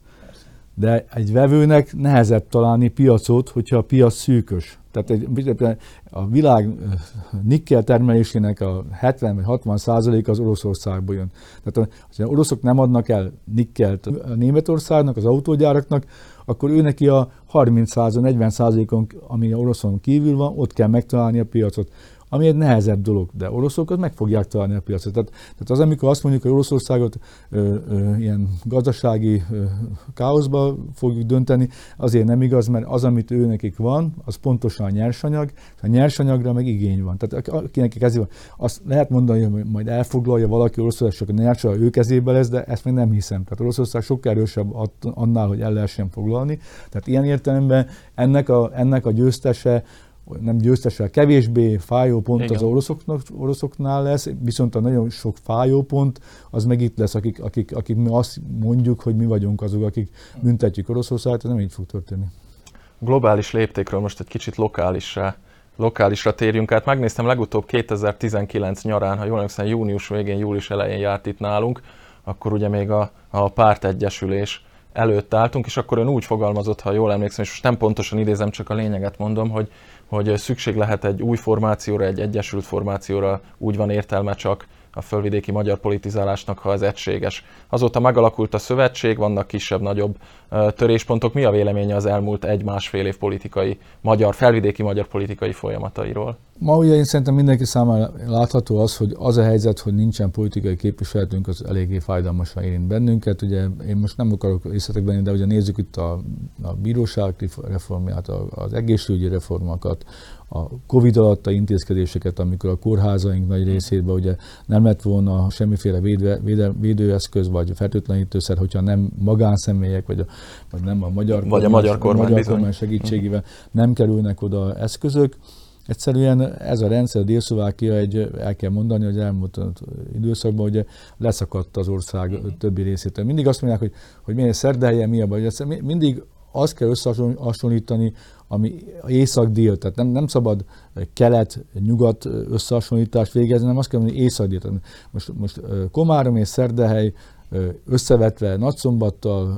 De egy vevőnek nehezebb találni piacot, hogyha a piac szűkös. Tehát egy, a világ nikkel termelésének a hetven vagy hatvan százaléka az Oroszországból jön. Tehát ha az oroszok nem adnak el nikkelt a Németországnak, az autógyáraknak, akkor ő neki a harminc negyven százalékon, ami a oroszon kívül van, ott kell megtalálni a piacot. Ami egy nehezebb dolog, de oroszokat meg fogják találni a piacot. Tehát, tehát az, amikor azt mondjuk, hogy Oroszországot ö, ö, ilyen gazdasági ö, káoszba fogjuk dönteni, azért nem igaz, mert az, amit ő nekik van, az pontosan a nyersanyag, és a nyersanyagra meg igény van. Tehát akinek kezében van, azt lehet mondani, hogy majd elfoglalja valaki Oroszország, csak a nyersanyag ő kezébe lesz, de ezt még nem hiszem. Tehát Oroszország sokkal erősebb annál, hogy el lehessen foglalni. Tehát ilyen értelemben ennek a, ennek a győztese, nem győztesen, kevésbé fájó pont igen. Az oroszoknak, oroszoknál lesz, viszont a nagyon sok fájó pont, az meg itt lesz, akik, akik, akik mi azt mondjuk, hogy mi vagyunk azok, akik büntetjük Oroszországot, ez nem így fog történni. Globális léptékről most egy kicsit lokálisra, lokálisra térjünk át. Megnéztem legutóbb kétezer-tizenkilenc nyarán, ha jól emlékszem, június végén, július elején járt itt nálunk, akkor ugye még a, a pártegyesülés előtt álltunk, és akkor ön úgy fogalmazott, ha jól emlékszem, és most nem pontosan idézem, csak a lényeget mondom, hogy, hogy szükség lehet egy új formációra, egy egyesült formációra, úgy van értelme csak a fölvidéki magyar politizálásnak, ha ez egységes. Azóta megalakult a szövetség, vannak kisebb-nagyobb töréspontok. Mi a véleménye az elmúlt egy-másfél év politikai, magyar, felvidéki magyar politikai folyamatairól? Ma ugye én szerintem mindenki számára látható az, hogy az a helyzet, hogy nincsen politikai képviseletünk, az eléggé fájdalmasan érint bennünket. Ugye én most nem akarok részletekbe menni, de ugye nézzük itt a, a bíróság reformját, az egészségügyi reformokat, a Covid alatt a intézkedéseket, amikor a kórházaink nagy részében ugye nem lett volna semmiféle védve, véde, védőeszköz vagy fertőtlenítőszer, hogyha nem magánszemélyek, vagy, a, vagy nem a magyar vagy kormány, a magyar kormány, magyar kormány segítségével nem kerülnek oda eszközök. Egyszerűen ez a rendszer, Dél-Szlovákia egy, el kell mondani, hogy elmúlt időszakban ugye leszakadt az ország többi részétől. Mindig azt mondják, hogy, hogy milyen Szerdahelyen mi a baj. Mindig azt kell összehasonlítani, ami észak-dél, tehát nem, nem szabad kelet-nyugat összehasonlítást végezni, hanem azt kell mondani, hogy észak-dél. Most, most Komárom és Szerdahely összevetve Nagyszombattal,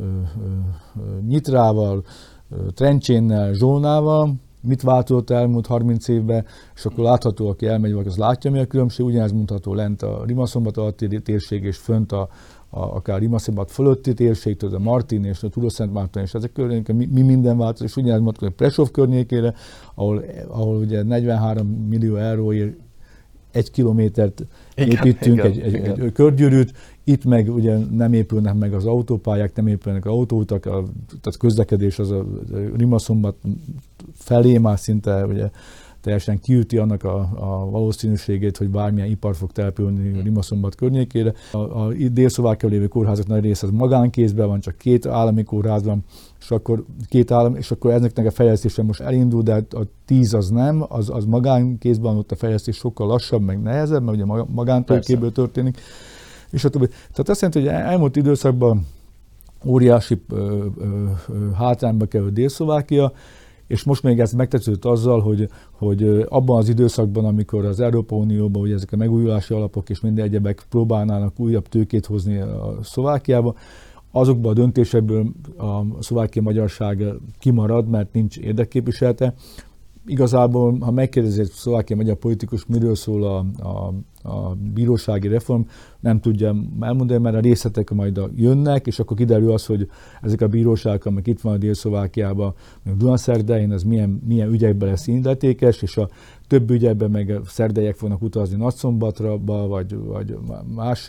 Nyitrával, Trencsénnel, Zsolnával, mit változott elmúlt harminc évben, és akkor látható, aki elmegy, az látja, mi a különbség, ugyanez mondható lent a Rimaszombat alatti térség, és fönt a, a, akár Rimaszombat fölötti térség, tudod, a Martin és a Tudor-Szent-Márton, és ezek környéken mi, mi minden változott, és ugyanez mondható a Presov környékére, ahol, ahol ugye negyvenhárom millió euróért egy kilométert igen, építünk, igen, egy, egy, igen. egy körgyűrűt, itt meg ugye nem épülnek meg az autópályák, nem épülnek az autóutak, a, tehát közlekedés az a, a Rimaszombat felé már szinte ugye, teljesen kiüti annak a, a valószínűségét, hogy bármilyen ipar fog települni Rimaszombat környékére. A, a Dél-Szlovákiában lévő kórházak nagy része az magánkézben van, csak két állami kórház van, és akkor, két állam, és akkor ezeknek a fejlesztése most elindul, de a tíz az nem, az, az magánkézben, ott a fejlesztés sokkal lassabb, meg nehezebb, mert ugye magántőkéből történik. És a többi. Tehát azt jelenti, hogy elmúlt időszakban óriási ö, ö, ö, hátrányba került Dél-Szlovákia, és most még ez megtetsződött azzal, hogy, hogy abban az időszakban, amikor az Európai Unióban ugye ezek a megújulási alapok és minden egyebek próbálnának újabb tőkét hozni a Szlovákiába, azokban a döntésekből a szlovákiai magyarság kimarad, mert nincs érdekképviselete. Igazából, ha megkérdezi egy szlovákiai magyar politikus, miről szól a, a, a bírósági reform, nem tudja elmondani, mert a részletek majd jönnek, és akkor kiderül az, hogy ezek a bíróságok, amik itt van a Dél-Szlovákiában, Dunaszerdején, ez milyen, milyen ügyekben lesz illetékes, és a több ügyekben meg szerdeiek fognak utazni Nagyszombatra, vagy, vagy más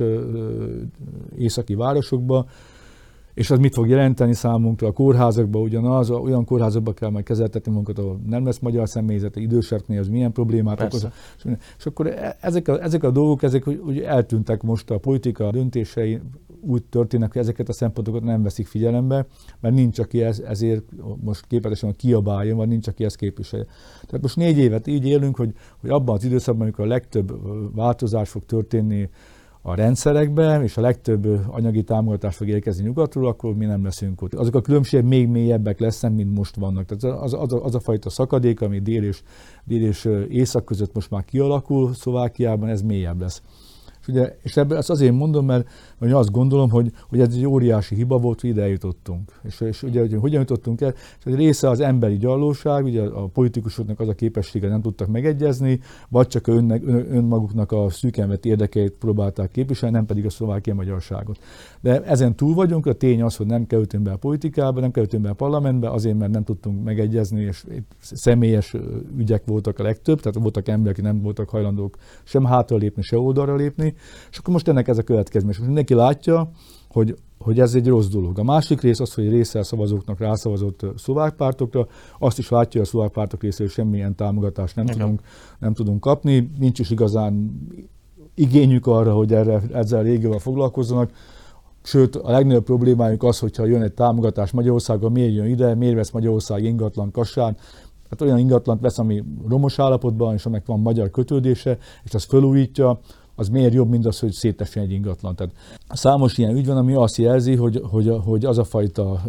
északi városokba. És az mit fog jelenteni számunkra? A kórházakban ugyanaz, olyan kórházakban kell majd kezeltetni magunkat, ahol nem lesz magyar személyzet, időseknél az milyen problémát okoz. És akkor ezek a, ezek a dolgok, ezek ugye eltűntek most a politika döntései, úgy történnek, hogy ezeket a szempontokat nem veszik figyelembe, mert nincs, aki ez, ezért most képletesen kiabáljon, vagy nincs, aki ezt képviselje. Tehát most négy évet így élünk, hogy, hogy abban az időszakban, amikor a legtöbb változás fog történni a rendszerekben, és a legtöbb anyagi támogatás fog érkezni nyugatról, akkor mi nem leszünk ott. Azok a különbségek még mélyebbek lesznek, mint most vannak. Tehát az, az, az a fajta szakadék, ami dél és, dél és észak között most már kialakul Szlovákiában, ez mélyebb lesz. És, ugye, és ebben ezt azért mondom, mert, mert azt gondolom, hogy, hogy ez egy óriási hiba volt, hogy ide eljutottunk. És, és ugye, hogy hogyan jutottunk el? És egy része az emberi gyarlóság, ugye a politikusoknak az a képessége, nem tudtak megegyezni, vagy csak önnek, ön, önmaguknak a szűkenvett érdekeit próbálták képviselni, nem pedig a szlovákiai magyarságot. De ezen túl vagyunk, a tény az, hogy nem kerültünk be a politikába, nem kerültünk be a parlamentbe, azért, mert nem tudtunk megegyezni, és személyes ügyek voltak a legtöbb, tehát voltak emberek, akik nem voltak hajlandók sem hátra lépni, se oldalra lépni. És akkor most ennek ez a következmény. Most mindenki látja, hogy, hogy ez egy rossz dolog. A másik rész az, hogy része a szavazóknak rászavazott szlovák pártokra, azt is látja, hogy a szlovák pártok részéről semmilyen támogatást nem tudunk, nem tudunk kapni. Nincs is igazán igényük arra, hogy erre, ezzel a régióval foglalkozzanak. Sőt, a legnagyobb problémájuk az, hogyha jön egy támogatás Magyarországon, miért jön ide, miért vesz Magyarország ingatlan Kassán. Hát olyan ingatlant vesz, ami romos állapotban, és aminek van magyar kötődése, és az felújítja, az miért jobb, mint az, hogy szétessen egy ingatlan. Tehát számos ilyen ügy van, ami azt jelzi, hogy, hogy, hogy az a fajta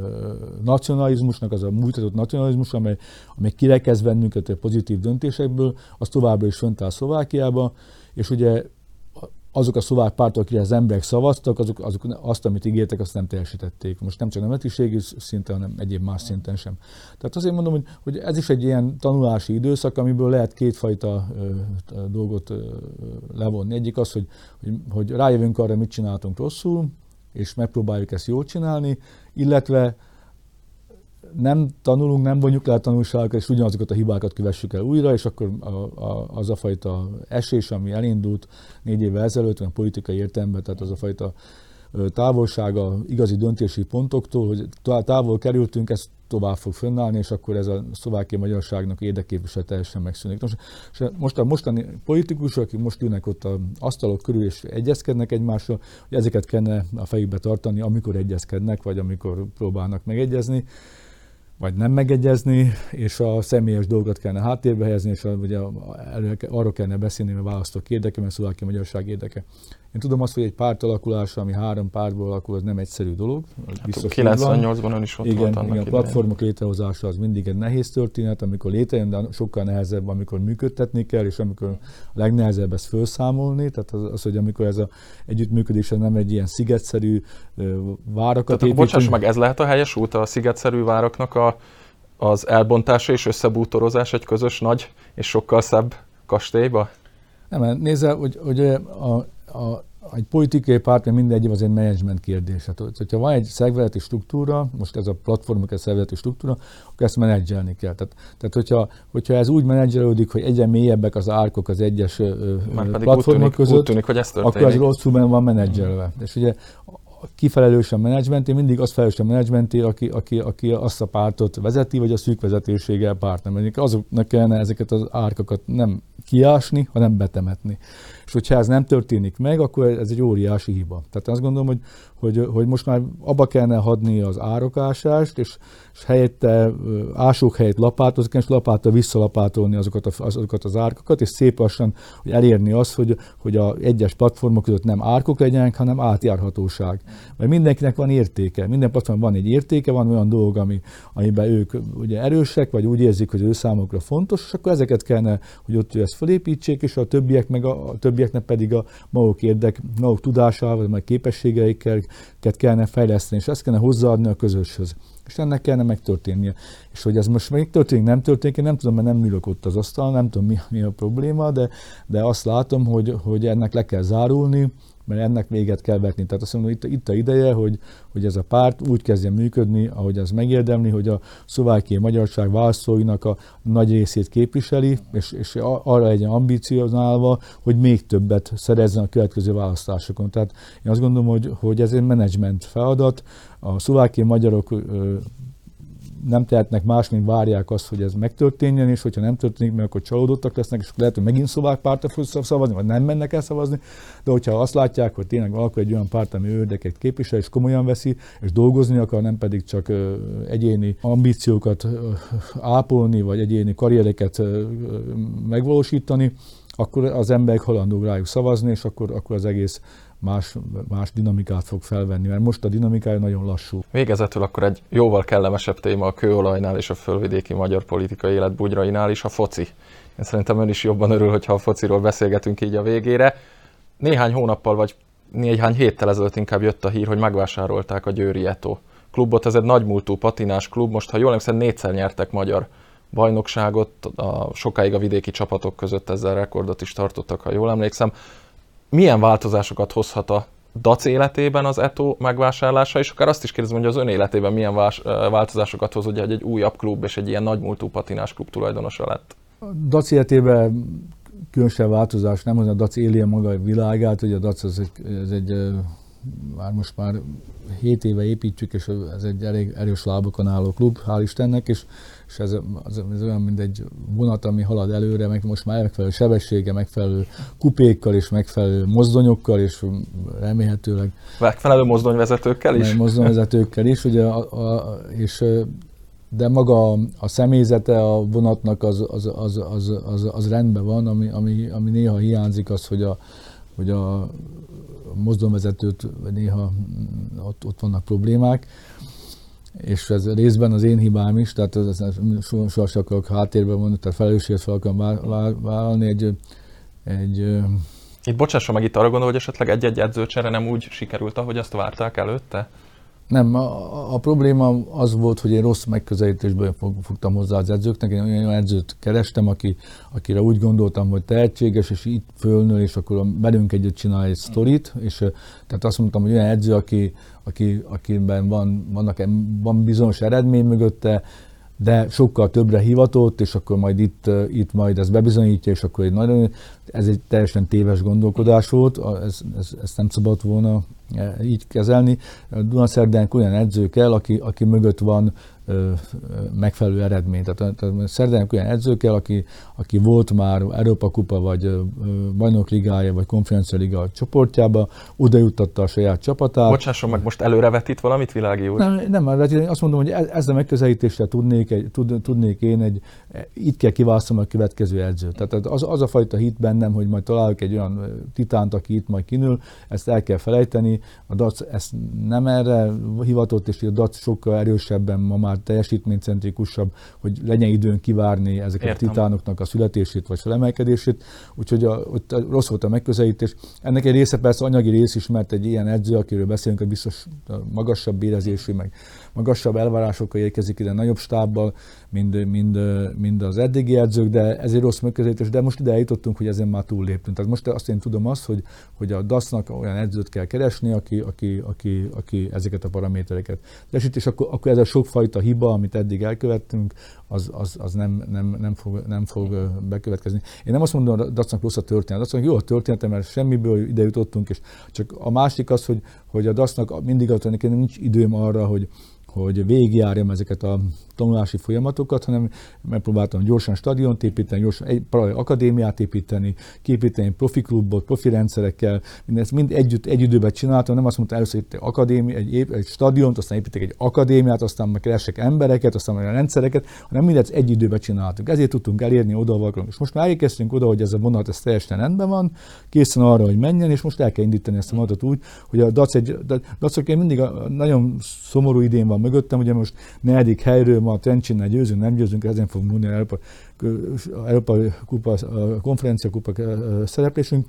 nacionalizmusnak, az a múltatott nacionalizmus, amely, amely kirekez bennünket a pozitív döntésekből, az továbbra is fönt áll Szlovákiába, és ugye azok a szlovák pártok, akire az emberek szavaztak, azok, azok azt, amit ígértek, azt nem teljesítették. Most nem csak nemzetiségi szinten, hanem egyéb más szinten sem. Tehát azért mondom, hogy, hogy ez is egy ilyen tanulási időszak, amiből lehet kétfajta ö, dolgot ö, levonni. Egyik az, hogy, hogy, hogy rájövünk arra, mit csináltunk rosszul, és megpróbáljuk ezt jól csinálni, illetve nem tanulunk, nem vonjuk le a tanulságokat, és ugyanazokat a hibákat kövessük el újra, és akkor a, a, az a fajta esés, ami elindult négy évvel ezelőtt, a politikai értelemben, tehát az a fajta távolsága igazi döntési pontoktól, hogy távol kerültünk, ez tovább fog fönnállni, és akkor ez a szlovákiai magyarságnak érdekképviselet teljesen megszűnik. Most a mostani politikusok, akik most ülnek ott az asztalok körül és egyezkednek egymással, hogy ezeket kellene a fejükbe tartani, amikor egyezkednek, vagy amikor próbálnak megegyezni, vagy nem megegyezni, és a személyes dolgokat kellene háttérbe helyezni, és ugye arról kellene beszélni, hogy a választók érdeke, mert szlovákiai magyarság érdeke. Én tudom azt, hogy egy párt alakulása, ami három pártból alakul, az nem egyszerű dolog. Hát kilencvennyolcban ön is ott igen, volt annak igen, a platformok létrehozása az mindig egy nehéz történet, amikor létrejön, de sokkal nehezebb, amikor működtetni kell, és amikor a legnehezebb ezt felszámolni. Tehát az, az hogy amikor ez az együttműködés nem egy ilyen szigetszerű várakat építünk. Bocsáss meg, ez lehet a helyes út a szigetszerű váraknak a, az elbontása és összebútorozás egy közös nagy és sokkal szebb kastélyba? Nem, nézze, hogy, hogy a, a, egy politikai párt, mert mindegy, az egy menedzsment kérdés. Hát, hogyha van egy szervezeti struktúra, most ez a platformok, ez szervezeti struktúra, akkor ezt menedzselni kell. Tehát, tehát hogyha, hogyha ez úgy menedzselődik, hogy egyre mélyebbek az árkok az egyes platformok tűnik, között, úgy tűnik, hogy ez akkor az rosszul van menedzselve. És ugye kifelelős a menedzsmenté, mindig az felelős a menedzsmenté, aki, aki, aki azt a pártot vezeti, vagy a szűk vezetőséggel pártnemelik. Azoknak kellene ezeket az árkakat nem kiásni, hanem betemetni. És hogyha ez nem történik meg, akkor ez egy óriási hiba. Tehát azt gondolom, hogy, hogy, hogy most már abba kellene hagyni az árakásást, és, és helyette ásók helyett lapátozni, és lapáttal visszalapátolni azokat, a, azokat az árkakat, és szép lassan hogy elérni azt, hogy, hogy a egyes platformok között nem árkok legyenek, hanem átjárhatóság. Mert mindenkinek van értéke, minden platformon van egy értéke, van olyan dolog, ami, amiben ők ugye erősek, vagy úgy érzik, hogy ő számukra fontos, és akkor ezeket kellene, hogy ott ezt felépítsék, és a többiek meg a, a többieknek pedig a maguk érdek, maguk tudásával, vagy meg képességeikkel kellene fejleszteni, és ezt kellene hozzáadni a közöshöz. És ennek kellene megtörténnie. És hogy ez most még történik, nem történik, én nem tudom, mert nem ülök ott az asztalon, nem tudom, mi, mi a probléma, de, de azt látom, hogy, hogy ennek le kell zárulni, mert ennek véget kell vetni. Tehát azt mondom, itt, itt a ideje, hogy, hogy ez a párt úgy kezdjen működni, ahogy ez megérdemli, hogy a szlovákiai magyarság választóinak a nagy részét képviseli, és, és arra legyen ambíciózálva, hogy még többet szerezzen a következő választásokon. Tehát én azt gondolom, hogy, hogy ez egy menedzsment feladat. A szlovákiai magyarok nem tehetnek más, mint várják azt, hogy ez megtörténjen, és hogyha nem történik meg, akkor csalódottak lesznek, és lehet, hogy megint szlovák pártra fognak szavazni, vagy nem mennek el szavazni, de hogyha azt látják, hogy tényleg valaki egy olyan párt, ami érdeket képvisel, és komolyan veszi, és dolgozni akar, nem pedig csak ö, egyéni ambíciókat ö, ápolni, vagy egyéni karriereket ö, megvalósítani, akkor az emberek halandók rájuk szavazni, és akkor, akkor az egész Más, más dinamikát fog felvenni, mert most a dinamikája nagyon lassú. Végezetül akkor egy jóval kellemesebb téma a kőolajnál és a fölvidéki magyar politikai élet bugyrainál is a foci. Én szerintem ön is jobban örül, hogyha a fociról beszélgetünk így a végére. Néhány hónappal vagy néhány héttel ezelőtt inkább jött a hír, hogy megvásárolták a győri Eto klubot. Ez egy nagymúltú patinás klub, most ha jól emlékszem, négyszer nyertek magyar bajnokságot, a, sokáig a vidéki csapatok között ezzel rekordot is tartottak, ha jól emlékszem. Milyen változásokat hozhat a dac életében az Eto megvásárlása, és akár azt is kérdezem, hogy az ön életében milyen változásokat hoz, ugye, hogy egy újabb klub és egy ilyen nagymúltú patinás klub tulajdonosa lett? A dac életében különösebb változás nem, hogy a dac éli maga a világát, hogy a dac ez egy, ez egy már most már hét éve építjük, és ez egy elég erős lábokon álló klub, hál' Istennek, és, és ez, az, ez olyan, mint egy vonat, ami halad előre, meg most már megfelelő sebessége, megfelelő kupékkal, és megfelelő mozdonyokkal, és remélhetőleg... Megfelelő mozdonyvezetőkkel is? Mozdonyvezetőkkel is, ugye, a, a, és, de maga a személyzete a vonatnak az, az, az, az, az, az rendben van, ami, ami, ami néha hiányzik az, hogy a, hogy a mozdonyvezetőt néha ott, ott vannak problémák, és ez részben az én hibám is, tehát ez, ez soha sem akarok háttérben mondani, tehát felelősséget fel akarom vállalni egy, egy... Itt bocsásson meg, itt arra gondol, hogy esetleg egy-egy edzőcsere nem úgy sikerült, ahogy azt várták előtte? Nem, a, a probléma az volt, hogy én rossz megközelítésből fogtam hozzá az edzőknek. Én olyan edzőt kerestem, aki, akire úgy gondoltam, hogy tehetséges, és itt fölnő, és akkor velünk együtt csinál egy sztorit. És tehát azt mondtam, hogy olyan edző, aki, aki, akiben van, vannak, van bizonyos eredmény mögötte, de sokkal többre hivatott, és akkor majd itt, itt majd ezt bebizonyítja, és akkor egy nagyon, ez egy teljesen téves gondolkodás volt, ez, ez, ezt nem szabad volna így kezelni. Dunaszerdának olyan edző kell, aki, aki mögött van ö, megfelelő eredmény. Tehát, tehát Szerdának olyan edző kell, aki, aki volt már Európa Kupa, vagy ö, Bajnok Ligája, vagy Konferencia Liga csoportjába, oda juttatta a saját csapatát. Bocsásson meg, most előrevetít valamit, Világi úr? Nem, nem, azt mondom, hogy ezzel megközelítéssel tudnék, egy, tud, tudnék én egy, itt kell kiválasztanom a következő edzőt. Tehát az, az a fajta hit bennem, hogy majd találok egy olyan titánt, aki itt majd kinül, ezt el kell felejteni. A dac ezt nem erre hivatott, és a dac sokkal erősebben ma már teljesítménycentrikusabb, hogy legyen időn kivárni ezeket Értem. a titánoknak a születését vagy felemelkedését, úgyhogy a, ott rossz volt a megközelítés. Ennek egy része persze anyagi rész is, mert egy ilyen edző, akiről beszélünk, a biztos magasabb bérezésű, meg magasabb elvárásokkal érkezik ide, nagyobb stábbal, mind, mind, mind az eddigi edzők, de ez egy rossz megközelítés, de most ide eljutottunk, hogy ezen már túlléptünk. Tehát most azt én tudom azt, hogy, hogy a dé á cé-nak olyan edzőt kell keresni, aki, aki, aki, aki ezeket a paramétereket teljesít, és akkor, akkor ez a sokfajta hiba, amit eddig elkövettünk, az, az, az nem, nem, nem, fog, nem fog bekövetkezni. Én nem azt mondom, hogy a dé á cé-nak rossz a történet, azt mondom, jó a története, mert semmiből ide jutottunk, és csak a másik az, hogy, hogy a dé á cé-nak mindig az, hogy nincs időm arra, hogy hogy végigjárjam ezeket a tanulási folyamatokat, hanem megpróbáltam gyorsan stadiont építeni, gyorsan egy akadémiát építeni, képíteni profi klubot, profi rendszerekkel, mindezt mind együtt, egy időben csináltam, nem azt mondtam, először itt egy akadémi, egy, egy stadiont, aztán építek egy akadémiát, aztán meg keresek embereket, aztán meg a rendszereket, hanem mindezt egy időben csináltunk. Ezért tudtunk elérni oda, ahol és most már elkezdtünk oda, hogy ez a vonat ez teljesen rendben van, készen arra, hogy menjen, és most el kell indítani ezt a vonatot úgy, hogy a dé á cé, dé á cé mindig a, nagyon szomorú idén van mögöttem, ugye most negyedik helyről ma a Trencsinnel győzünk, nem győzünk, ezen fogunk múlni a Európa kupa, a konferencia kupa szereplésünk.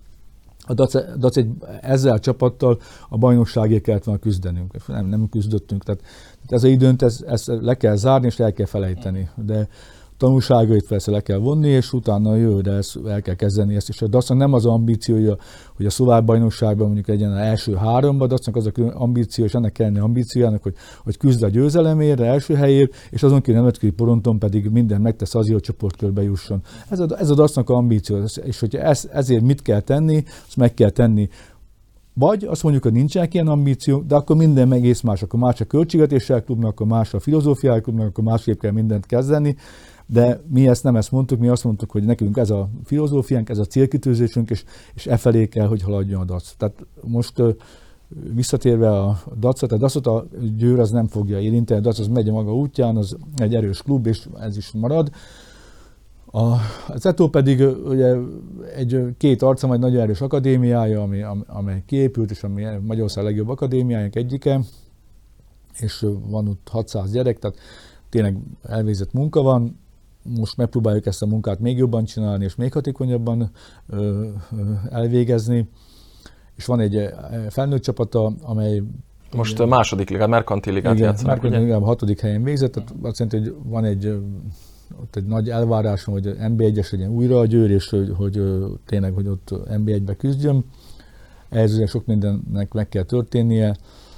A dé á cé ezzel a csapattal a bajnokságért kellett volna küzdenünk. Nem, nem küzdöttünk, tehát ez az időnt ezt, ezt le kell zárni és el kell felejteni. De tanulságait persze le kell vonni, és utána jö, de ezt el kell kezdeni ezt is. A dé á cé nem az ambíciója, hogy a szlovák bajnokságban mondjuk legyen az első háromban, a dé á cé-nak az a ambíció, és ennek kellene ambíciójának, hogy, hogy küzd a győzelemért, az első helyért, és azon kívül nemzetközi poronton pedig minden megtesz azért, hogy csoportkörbe jusson. Ez a, ez a dé á cé-nak a ambíció, és hogyha ez, ezért mit kell tenni, azt meg kell tenni. Vagy azt mondjuk, hogy nincsenek ilyen ambíció, de akkor minden egész más, akkor más a költségvetéssel klubnak, akkor más a filozófiai klubnak, akkor másképp kell mindent kezdeni. De mi ezt nem ezt mondtuk, mi azt mondtuk, hogy nekünk ez a filozófiánk, ez a célkitűzésünk, és, és e felé kell, hogy haladjon a dé á cé. Tehát most uh, visszatérve a dé á cé, a dé á cé-t a Győr az nem fogja érinteni, a dé á cé az megy a maga útján, az egy erős klub, és ez is marad. A, az Etó pedig ugye egy két arca, majd nagyon erős akadémiája, ami, amely kiépült, és ami Magyarország legjobb akadémiájának egyike, és van ott hatszáz gyerek, tehát tényleg elvégzett munka van. Most megpróbáljuk ezt a munkát még jobban csinálni, és még hatékonyabban ö, ö, elvégezni. És van egy felnőtt csapata, amely... Most a második ligát, Merkantil ligát játszanak, Merkantil ligát a hatodik helyen végzett, tehát azt jelenti, hogy van egy, ott egy nagy elvárásom, hogy en bé egyes legyen újra a Győr, és hogy, hogy tényleg, hogy ott en bé egybe küzdjön. Ehhez ugye sok mindennek meg kell történnie,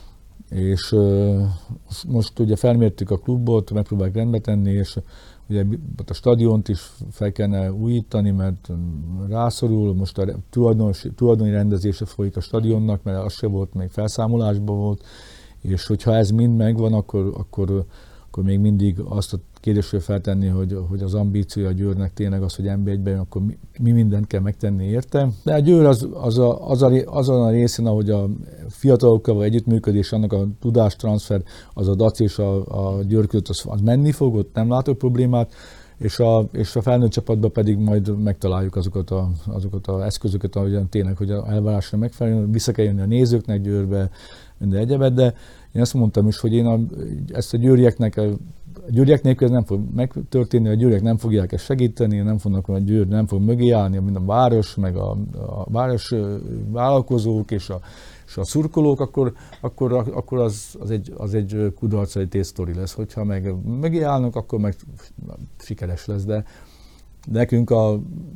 és uh, most ugye felmértük a klubot, megpróbáljuk rendbe tenni, és ugye a stadiont is fel kellene újítani, mert rászorul, most a tulajdoni rendezése folyik a stadionnak, mert az se volt, még felszámolásban volt, és hogyha ez mind megvan, akkor, akkor, akkor még mindig azt a kérdésről feltenni, hogy, hogy az ambíciója a Győrnek tényleg az, hogy en bé egyben, akkor mi, mi mindent kell megtenni érte. De a Győr az, az, a, az a, azon a részén, ahogy a fiatalokkal együttműködés, annak a tudástranszfer, az a dé á cé és a, a Győr között az, az menni fog, ott nem látok problémát, és a, és a felnőtt csapatban pedig majd megtaláljuk azokat a, azokat az eszközöket, ahogyan tényleg, hogy a elvárásra megfelelően vissza kell jönni a nézőknek Győrbe, minden egyebet, de én azt mondtam is, hogy én a, ezt a győrieknek, a győriek nélkül ez nem fog megtörténni, a győriek nem fogják ezt segíteni, nem fognak, a Győr nem fog mögé állni, mint a város, meg a, a város vállalkozók és a, és a szurkolók, akkor, akkor, akkor az, az, egy, az egy kudarc, egy tésztori lesz. Hogyha meg mögé állnak, akkor meg sikeres lesz, de, de nekünk a,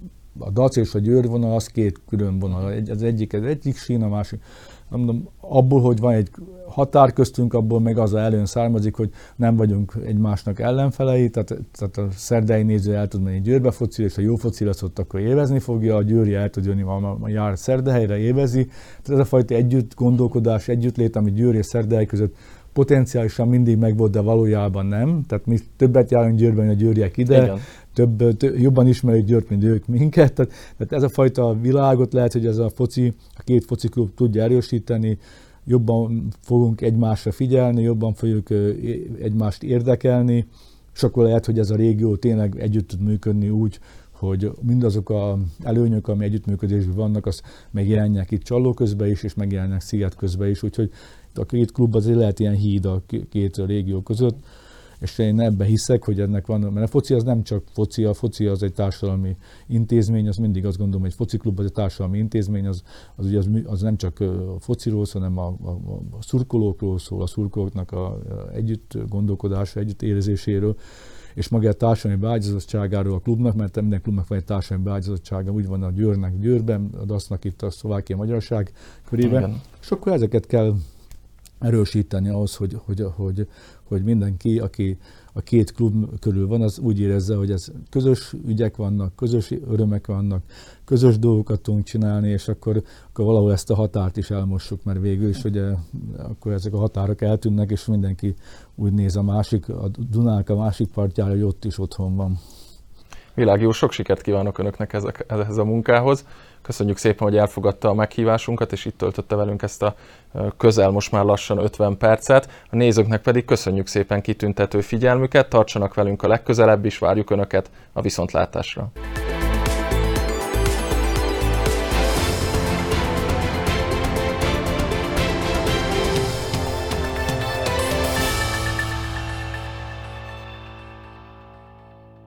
a dé á cé és a Győr vonal az két külön vonal. Egy, az egyik, az egyik sín, a másik. Mondom, abból, hogy van egy határ köztünk, abból meg az a előny származik, hogy nem vagyunk egymásnak ellenfelei, tehát, tehát a szerdai néző el tud menni Győrbe focira, és ha jó foci lesz ott, akkor élvezni fogja, a győri el tud jönni, ha jár Szerdahelyre, élvezi. Tehát ez a fajta együtt gondolkodás, együttlét, ami Győr és Szerdahely között potenciálisan mindig megvolt, de valójában nem. Tehát mi többet járunk Győrben, mint a győriek ide, több, több, jobban ismerjük Győrt, mint ők minket. Tehát, tehát ez a fajta világot lehet, hogy ez a foci, a két foci klub tudja erősíteni, jobban fogunk egymásra figyelni, jobban fogjuk egymást érdekelni, és akkor lehet, hogy ez a régió tényleg együtt tud működni úgy, hogy mindazok az előnyök, ami együttműködésben vannak, az megjelennek itt Csalló közben is, és megjelennek Sziget közben is, úgyhogy a két klub azért lehet ilyen híd a két régió között. és én ebben hiszek, hogy ennek van, mert a foci az nem csak foci, a foci az egy társadalmi intézmény, az mindig azt gondolom, hogy egy fociklub az egy társadalmi intézmény, az, az, ugye az, az nem csak a fociról szól, hanem a, a, a szurkolókról szól, a szurkolóknak a, a együtt gondolkodása, együtt érzéséről, és maga a társadalmi beágyazottságáról a klubnak, mert minden klubnak van egy társadalmi beágyazottsága, úgy van a Győrnek Győrben, a dasznak itt a Szlovákia Magyarság körében, igen. És akkor ezeket kell erősíteni ahhoz, hogy, hogy, hogy, hogy mindenki, aki a két klub körül van, az úgy érezze, hogy ez közös ügyek vannak, közös örömek vannak, közös dolgokat tudunk csinálni, és akkor, akkor valahol ezt a határt is elmossuk, mert végül is ugye akkor ezek a határok eltűnnek, és mindenki úgy néz a másik, a Dunák a másik partjára, hogy ott is otthon van. Világ jó, sok sikert kívánok Önöknek ezek, ehhez a munkához. Köszönjük szépen, hogy elfogadta a meghívásunkat, és itt töltötte velünk ezt a közel most már lassan ötven percet. A nézőknek pedig köszönjük szépen kitüntető figyelmüket, tartsanak velünk a legközelebb is, várjuk Önöket a viszontlátásra.